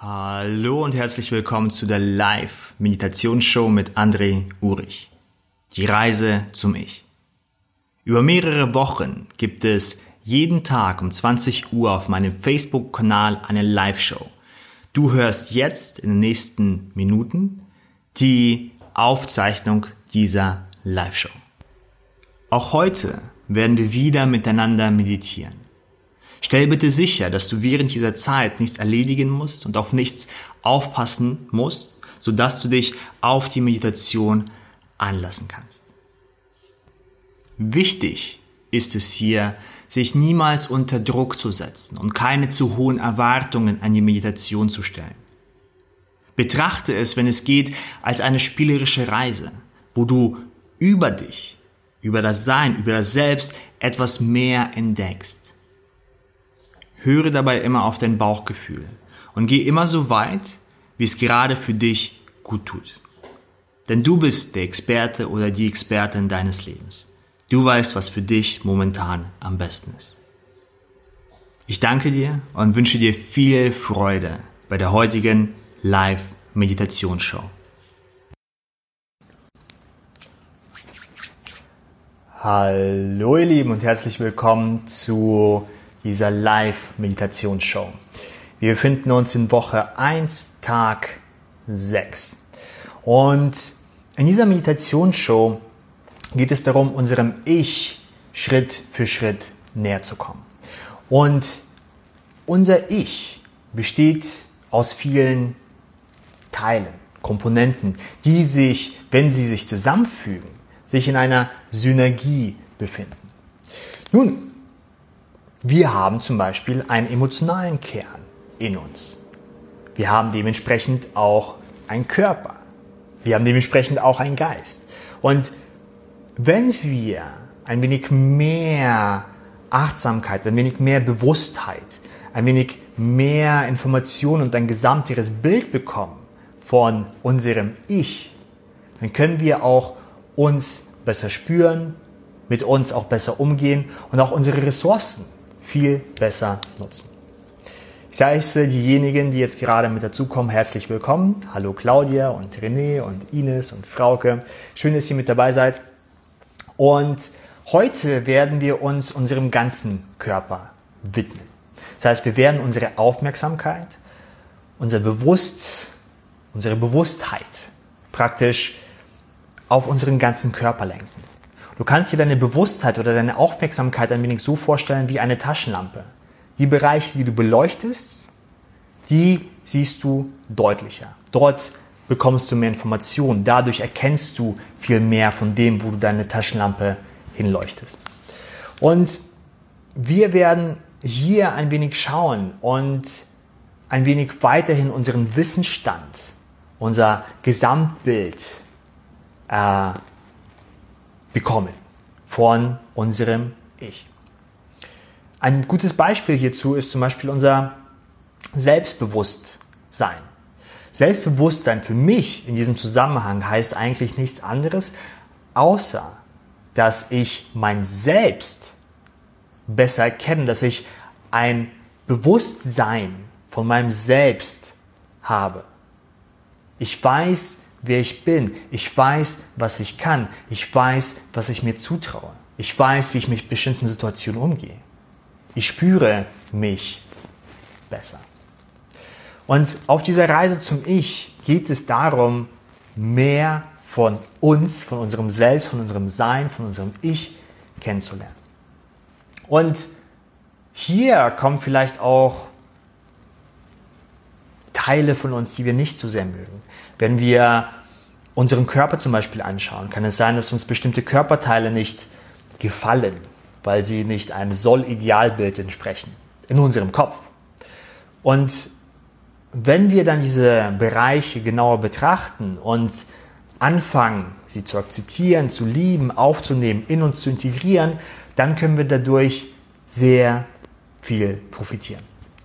Hallo und herzlich willkommen zu der Live-Meditationsshow mit André Urich. Die Reise zum Ich. Über mehrere Wochen gibt es jeden Tag um 20 Uhr auf meinem Facebook-Kanal eine Live-Show. Du hörst jetzt in den nächsten Minuten die Aufzeichnung dieser Live-Show. Auch heute werden wir wieder miteinander meditieren. Stell bitte sicher, dass du während dieser Zeit nichts erledigen musst und auf nichts aufpassen musst, sodass du dich auf die Meditation einlassen kannst. Wichtig ist es hier, sich niemals unter Druck zu setzen und keine zu hohen Erwartungen an die Meditation zu stellen. Betrachte es, wenn es geht, als eine spielerische Reise, wo du über dich, über das Sein, über das Selbst etwas mehr entdeckst. Höre dabei immer auf dein Bauchgefühl und geh immer so weit, wie es gerade für dich gut tut. Denn du bist der Experte oder die Expertin deines Lebens. Du weißt, was für dich momentan am besten ist. Ich danke dir und wünsche dir viel Freude bei der heutigen Live-Meditationsshow. Hallo ihr Lieben und herzlich willkommen zu dieser Live-Meditationsshow. Wir befinden uns in Woche 1, Tag 6. Und in dieser Meditationsshow geht es darum, unserem Ich Schritt für Schritt näher zu kommen. Und unser Ich besteht aus vielen Teilen, Komponenten, die sich, wenn sie sich zusammenfügen, sich in einer Synergie befinden. Nun, wir haben zum Beispiel einen emotionalen Kern in uns. Wir haben dementsprechend auch einen Körper. Wir haben dementsprechend auch einen Geist. Und wenn wir ein wenig mehr Achtsamkeit, ein wenig mehr Bewusstheit, ein wenig mehr Information und ein gesamteres Bild bekommen von unserem Ich, dann können wir auch uns besser spüren, mit uns auch besser umgehen und auch unsere Ressourcen viel besser nutzen. Ich heiße diejenigen, die jetzt gerade mit dazukommen, herzlich willkommen. Hallo Claudia und René und Ines und Frauke. Schön, dass ihr mit dabei seid. Und heute werden wir uns unserem ganzen Körper widmen. Das heißt, wir werden unsere Aufmerksamkeit, unsere Bewusstheit praktisch auf unseren ganzen Körper lenken. Du kannst dir deine Bewusstheit oder deine Aufmerksamkeit ein wenig so vorstellen wie eine Taschenlampe. Die Bereiche, die du beleuchtest, die siehst du deutlicher. Dort bekommst du mehr Informationen. Dadurch erkennst du viel mehr von dem, wo du deine Taschenlampe hinleuchtest. Und wir werden hier ein wenig schauen und ein wenig weiterhin unseren Wissensstand, unser Gesamtbild bekommen von unserem Ich. Ein gutes Beispiel hierzu ist zum Beispiel unser Selbstbewusstsein. Selbstbewusstsein für mich in diesem Zusammenhang heißt eigentlich nichts anderes, außer dass ich mein Selbst besser erkenne, dass ich ein Bewusstsein von meinem Selbst habe. Ich weiß, wer ich bin. Ich weiß, was ich kann. Ich weiß, was ich mir zutraue. Ich weiß, wie ich mit bestimmten Situationen umgehe. Ich spüre mich besser. Und auf dieser Reise zum Ich geht es darum, mehr von uns, von unserem Selbst, von unserem Sein, von unserem Ich kennenzulernen. Und hier kommen vielleicht auch Teile von uns, die wir nicht so sehr mögen. Wenn wir unseren Körper zum Beispiel anschauen, kann es sein, dass uns bestimmte Körperteile nicht gefallen, weil sie nicht einem Soll-Idealbild entsprechen, in unserem Kopf. Und wenn wir dann diese Bereiche genauer betrachten und anfangen, sie zu akzeptieren, zu lieben, aufzunehmen, in uns zu integrieren, dann können wir dadurch sehr viel profitieren.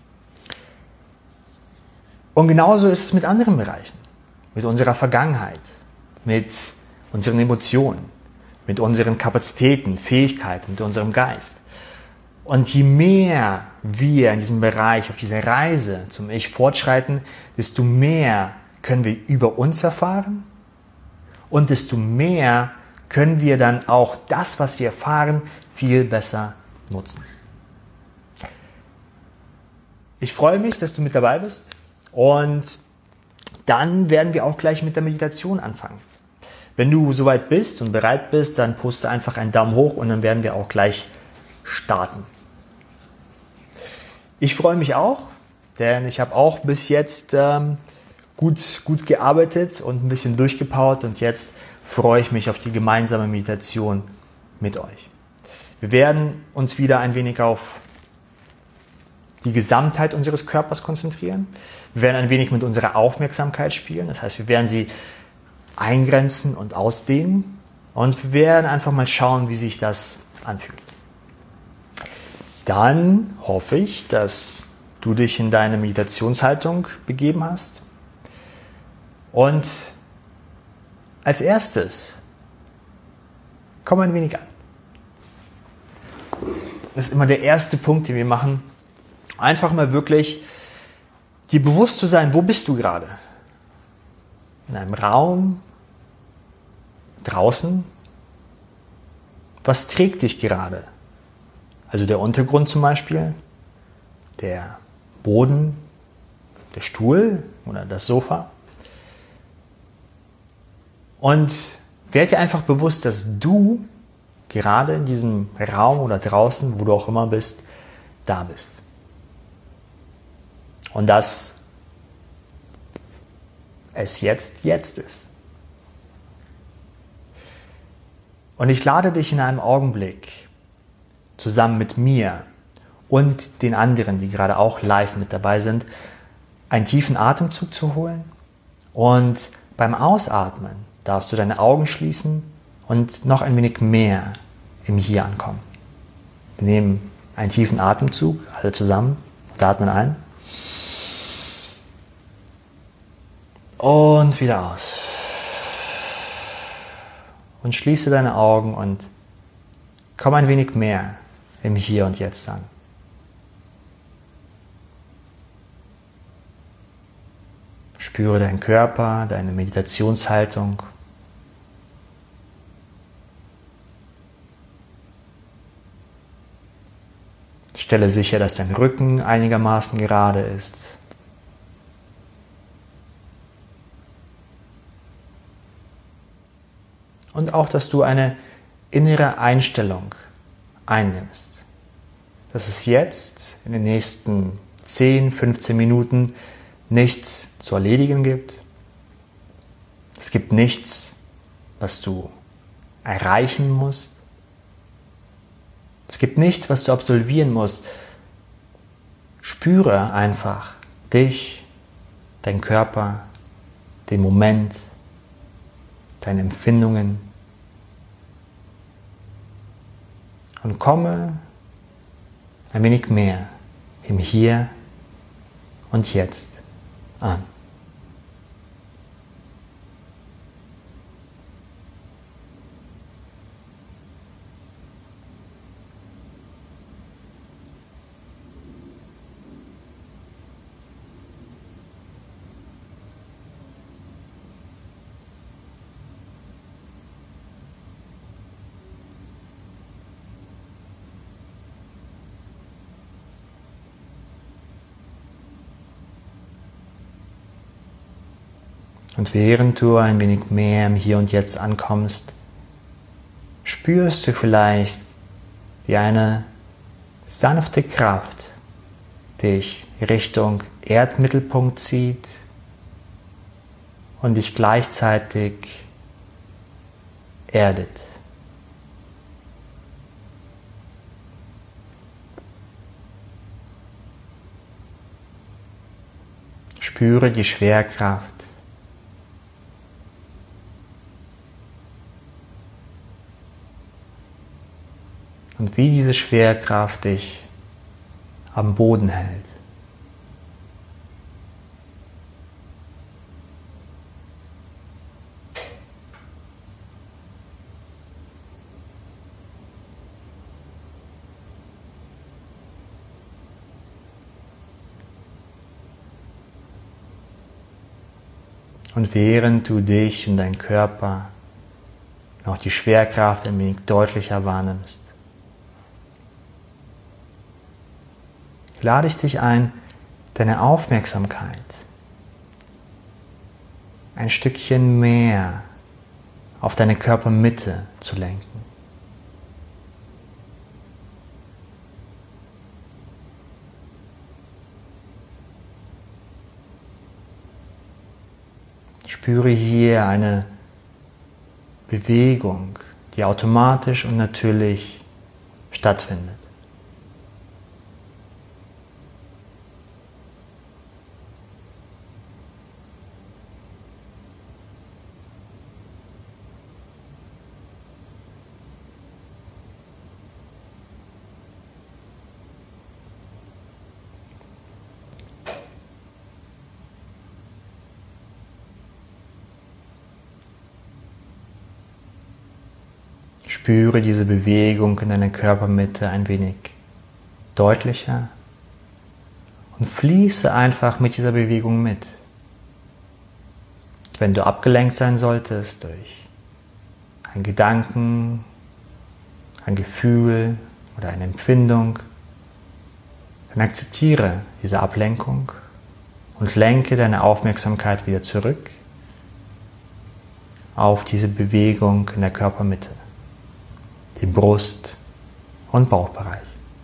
Und genauso ist es mit anderen Bereichen, mit unserer Vergangenheit, mit unseren Emotionen, mit unseren Kapazitäten, Fähigkeiten, mit unserem Geist. Und je mehr wir in diesem Bereich, auf dieser Reise zum Ich fortschreiten, desto mehr können wir über uns erfahren und desto mehr können wir dann auch das, was wir erfahren, viel besser nutzen. Ich freue mich, dass du mit dabei bist und dann werden wir auch gleich mit der Meditation anfangen. Wenn du soweit bist und bereit bist, dann poste einfach einen Daumen hoch und dann werden wir auch gleich starten. Ich freue mich auch, denn ich habe auch bis jetzt gut gearbeitet und ein bisschen durchgepowert und jetzt freue ich mich auf die gemeinsame Meditation mit euch. Wir werden uns wieder ein wenig auf die Gesamtheit unseres Körpers konzentrieren. Wir werden ein wenig mit unserer Aufmerksamkeit spielen, das heißt, wir werden sie eingrenzen und ausdehnen und wir werden einfach mal schauen, wie sich das anfühlt. Dann hoffe ich, dass du dich in deine Meditationshaltung begeben hast. Und als erstes, komm ein wenig an. Das ist immer der erste Punkt, den wir machen. Einfach mal wirklich dir bewusst zu sein, wo bist du gerade? In einem Raum? Draußen? Was trägt dich gerade? Also der Untergrund zum Beispiel, der Boden, der Stuhl oder das Sofa. Und werd dir einfach bewusst, dass du gerade in diesem Raum oder draußen, wo du auch immer bist, da bist. Und dass es jetzt ist. Und ich lade dich in einem Augenblick zusammen mit mir und den anderen, die gerade auch live mit dabei sind, einen tiefen Atemzug zu holen. Und beim Ausatmen darfst du deine Augen schließen und noch ein wenig mehr im Hier ankommen. Wir nehmen einen tiefen Atemzug, alle zusammen, und atmen ein. Und wieder aus. Und schließe deine Augen und komm ein wenig mehr im Hier und Jetzt an. Spüre deinen Körper, deine Meditationshaltung. Stelle sicher, dass dein Rücken einigermaßen gerade ist. Und auch, dass du eine innere Einstellung einnimmst. Dass es jetzt in den nächsten 10, 15 Minuten nichts zu erledigen gibt. Es gibt nichts, was du erreichen musst. Es gibt nichts, was du absolvieren musst. Spüre einfach dich, deinen Körper, den Moment, deine Empfindungen und komme ein wenig mehr im Hier und Jetzt an. Und während du ein wenig mehr im Hier und Jetzt ankommst, spürst du vielleicht, wie eine sanfte Kraft dich Richtung Erdmittelpunkt zieht und dich gleichzeitig erdet. Spüre die Schwerkraft. Und wie diese Schwerkraft dich am Boden hält. Und während du dich und deinen Körper noch die Schwerkraft ein wenig deutlicher wahrnimmst, lade ich dich ein, deine Aufmerksamkeit ein Stückchen mehr auf deine Körpermitte zu lenken. Spüre hier eine Bewegung, die automatisch und natürlich stattfindet. Spüre diese Bewegung in deiner Körpermitte ein wenig deutlicher und fließe einfach mit dieser Bewegung mit. Wenn du abgelenkt sein solltest durch einen Gedanken, ein Gefühl oder eine Empfindung, dann akzeptiere diese Ablenkung und lenke deine Aufmerksamkeit wieder zurück auf diese Bewegung in der Körpermitte, dem Brust- und Bauchbereich.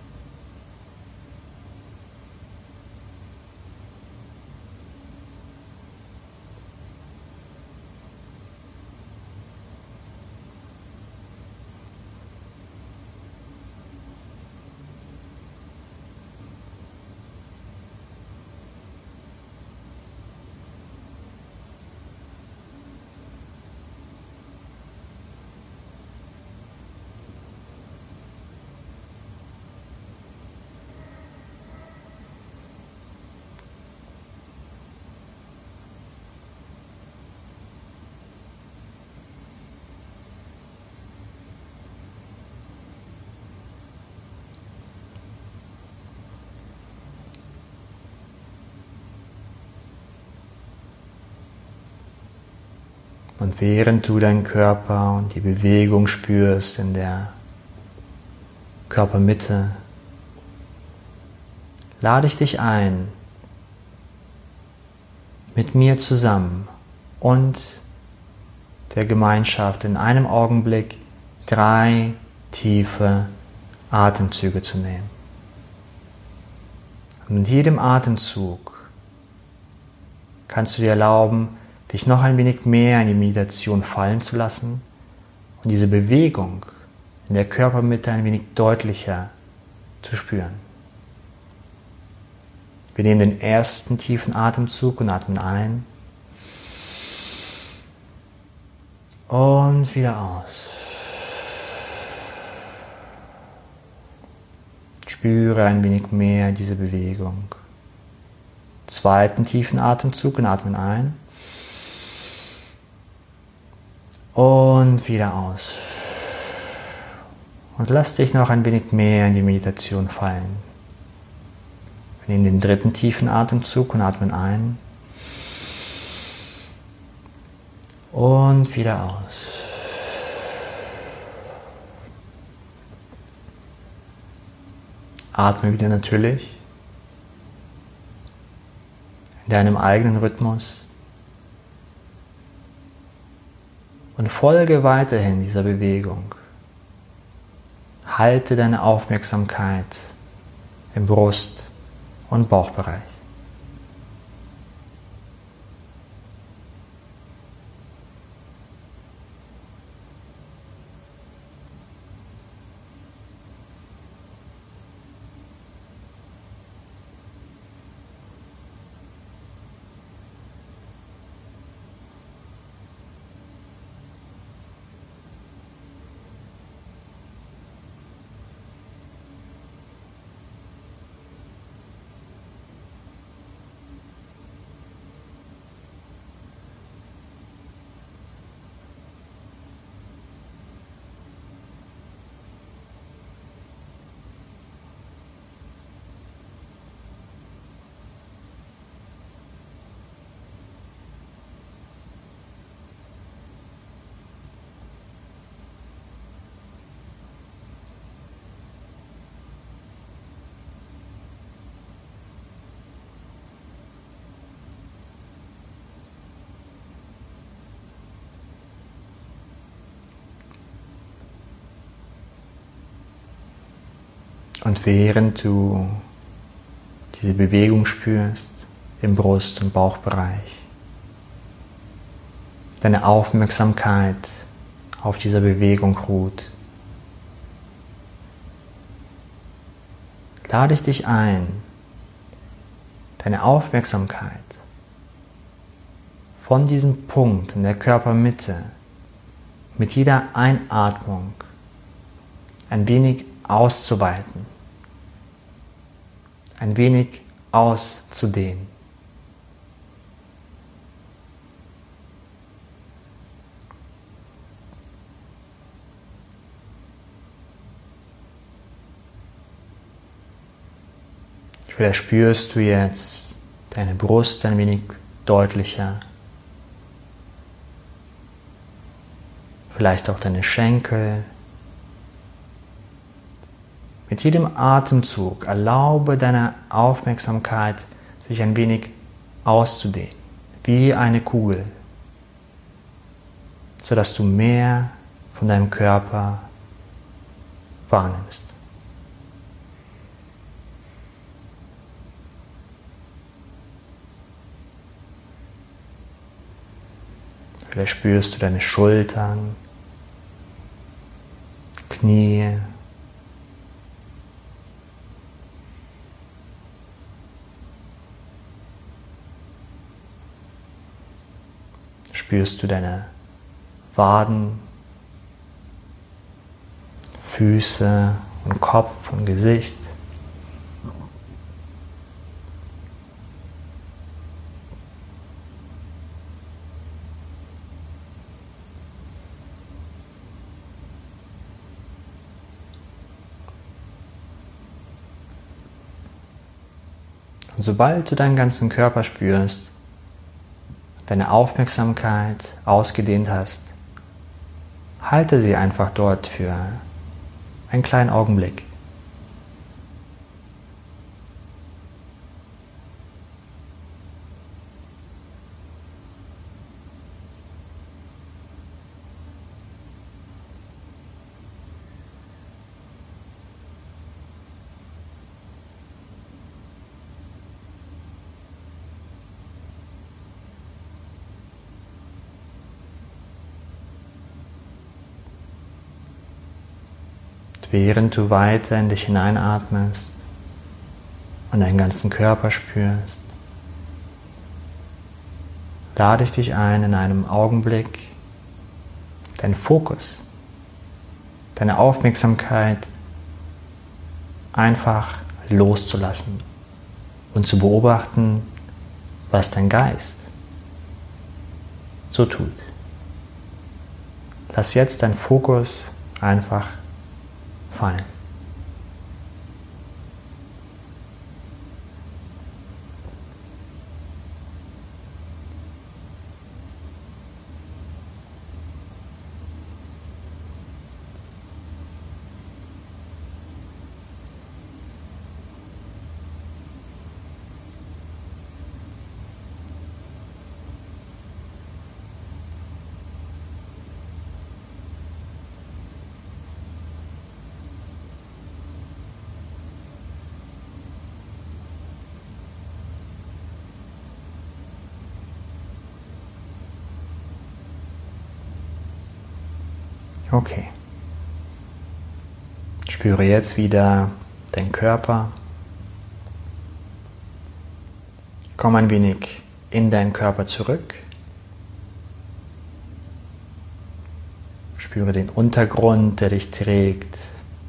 Und während du deinen Körper und die Bewegung spürst in der Körpermitte, lade ich dich ein, mit mir zusammen und der Gemeinschaft in einem Augenblick 3 tiefe Atemzüge zu nehmen. Und mit jedem Atemzug kannst du dir erlauben, dich noch ein wenig mehr in die Meditation fallen zu lassen und diese Bewegung in der Körpermitte ein wenig deutlicher zu spüren. Wir nehmen den ersten tiefen Atemzug und atmen ein und wieder aus. Spüre ein wenig mehr diese Bewegung. Zweiten tiefen Atemzug und atmen ein. Und wieder aus. Und lass dich noch ein wenig mehr in die Meditation fallen. Wir nehmen den dritten tiefen Atemzug und atmen ein. Und wieder aus. Atme wieder natürlich. In deinem eigenen Rhythmus. Und folge weiterhin dieser Bewegung. Halte deine Aufmerksamkeit im Brust- und Bauchbereich. Und während du diese Bewegung spürst im Brust- und Bauchbereich, deine Aufmerksamkeit auf dieser Bewegung ruht, lade ich dich ein, deine Aufmerksamkeit von diesem Punkt in der Körpermitte mit jeder Einatmung ein wenig auszuweiten, ein wenig auszudehnen. Vielleicht spürst du jetzt deine Brust ein wenig deutlicher, vielleicht auch deine Schenkel. Mit jedem Atemzug erlaube deiner Aufmerksamkeit, sich ein wenig auszudehnen, wie eine Kugel, sodass du mehr von deinem Körper wahrnimmst. Vielleicht spürst du deine Schultern, Knie, spürst du deine Waden, Füße und Kopf und Gesicht. Und sobald du deinen ganzen Körper spürst, deine Aufmerksamkeit ausgedehnt hast, halte sie einfach dort für einen kleinen Augenblick. Während du weiter in dich hineinatmest und deinen ganzen Körper spürst, lade ich dich ein, in einem Augenblick deinen Fokus, deine Aufmerksamkeit einfach loszulassen und zu beobachten, was dein Geist so tut. Lass jetzt deinen Fokus einfach fallen. Okay. Spüre jetzt wieder deinen Körper. Komm ein wenig in deinen Körper zurück. Spüre den Untergrund, der dich trägt.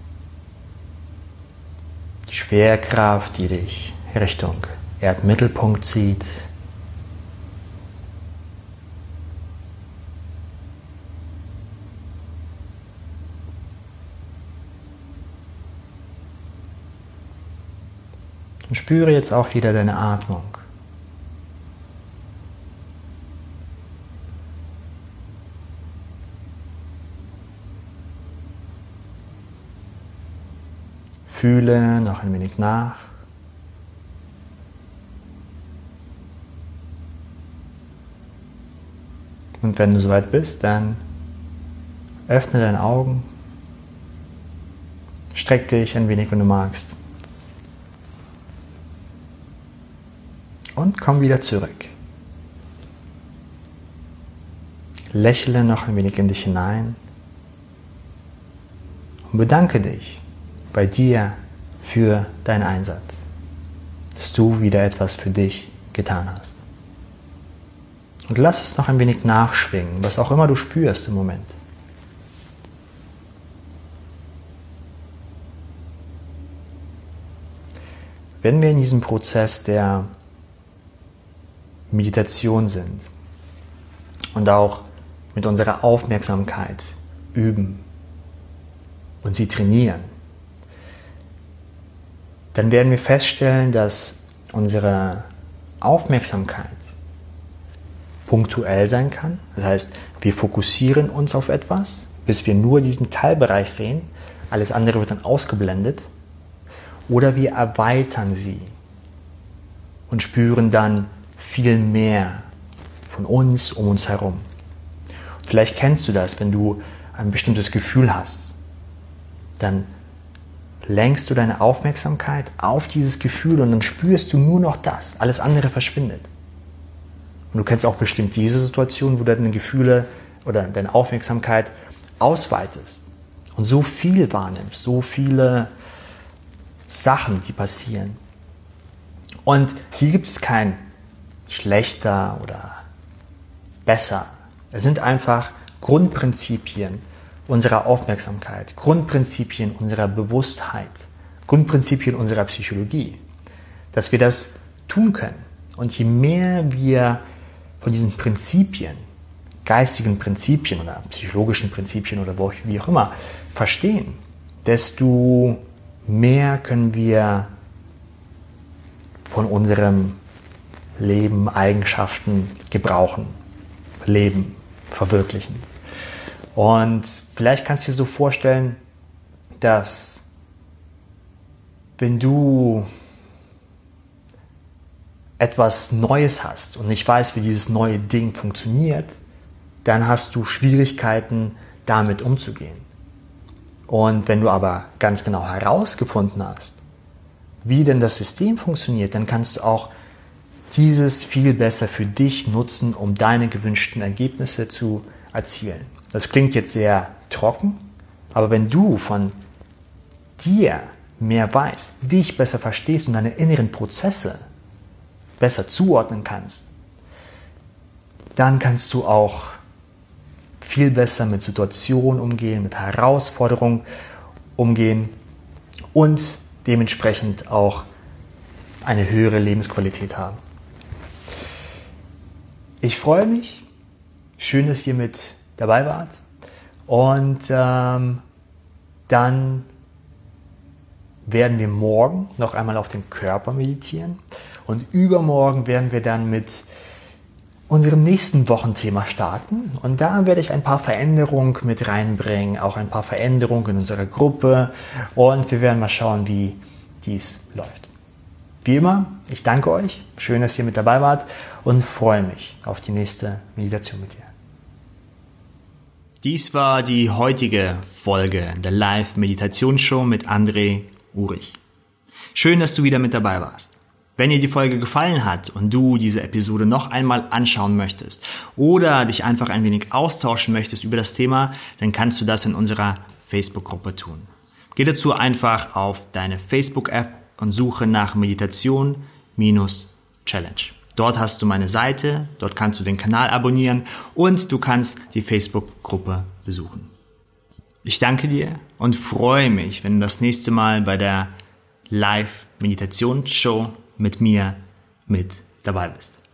Die Schwerkraft, die dich Richtung Erdmittelpunkt zieht. Und spüre jetzt auch wieder deine Atmung. Fühle noch ein wenig nach. Und wenn du soweit bist, dann öffne deine Augen, Streck dich ein wenig, wenn du magst. Und komm wieder zurück. Lächle noch ein wenig in dich hinein und bedanke dich bei dir für deinen Einsatz, dass du wieder etwas für dich getan hast. Und lass es noch ein wenig nachschwingen, was auch immer du spürst im Moment. Wenn wir in diesem Prozess der Meditation sind und auch mit unserer Aufmerksamkeit üben und sie trainieren, dann werden wir feststellen, dass unsere Aufmerksamkeit punktuell sein kann. Das heißt, wir fokussieren uns auf etwas, bis wir nur diesen Teilbereich sehen, alles andere wird dann ausgeblendet. Oder wir erweitern sie und spüren dann viel mehr von uns um uns herum. Vielleicht kennst du das, wenn du ein bestimmtes Gefühl hast, dann lenkst du deine Aufmerksamkeit auf dieses Gefühl und dann spürst du nur noch das, alles andere verschwindet. Und du kennst auch bestimmt diese Situation, wo du deine Gefühle oder deine Aufmerksamkeit ausweitest und so viel wahrnimmst, so viele Sachen, die passieren. Und hier gibt es kein schlechter oder besser. Es sind einfach Grundprinzipien unserer Aufmerksamkeit, Grundprinzipien unserer Bewusstheit, Grundprinzipien unserer Psychologie, dass wir das tun können. Und je mehr wir von diesen Prinzipien, geistigen Prinzipien oder psychologischen Prinzipien oder wie auch immer verstehen, desto mehr können wir von unserem Leben, Eigenschaften gebrauchen, leben, verwirklichen. Und vielleicht kannst du dir so vorstellen, dass wenn du etwas Neues hast und nicht weißt, wie dieses neue Ding funktioniert, dann hast du Schwierigkeiten, damit umzugehen. Und wenn du aber ganz genau herausgefunden hast, wie denn das System funktioniert, dann kannst du auch dieses viel besser für dich nutzen, um deine gewünschten Ergebnisse zu erzielen. Das klingt jetzt sehr trocken, aber wenn du von dir mehr weißt, dich besser verstehst und deine inneren Prozesse besser zuordnen kannst, dann kannst du auch viel besser mit Situationen umgehen, mit Herausforderungen umgehen und dementsprechend auch eine höhere Lebensqualität haben. Ich freue mich. Schön, dass ihr mit dabei wart. Und dann werden wir morgen noch einmal auf den Körper meditieren. Und übermorgen werden wir dann mit unserem nächsten Wochenthema starten. Und da werde ich ein paar Veränderungen mit reinbringen, auch ein paar Veränderungen in unserer Gruppe. Und wir werden mal schauen, wie dies läuft. Wie immer, ich danke euch. Schön, dass ihr mit dabei wart und freue mich auf die nächste Meditation mit dir. Dies war die heutige Folge der Live-Meditationsshow mit André Urich. Schön, dass du wieder mit dabei warst. Wenn dir die Folge gefallen hat und du diese Episode noch einmal anschauen möchtest oder dich einfach ein wenig austauschen möchtest über das Thema, dann kannst du das in unserer Facebook-Gruppe tun. Geh dazu einfach auf deine Facebook-App und suche nach Meditation-Challenge. Dort hast du meine Seite, dort kannst du den Kanal abonnieren und du kannst die Facebook-Gruppe besuchen. Ich danke dir und freue mich, wenn du das nächste Mal bei der Live-Meditation-Show mit mir mit dabei bist.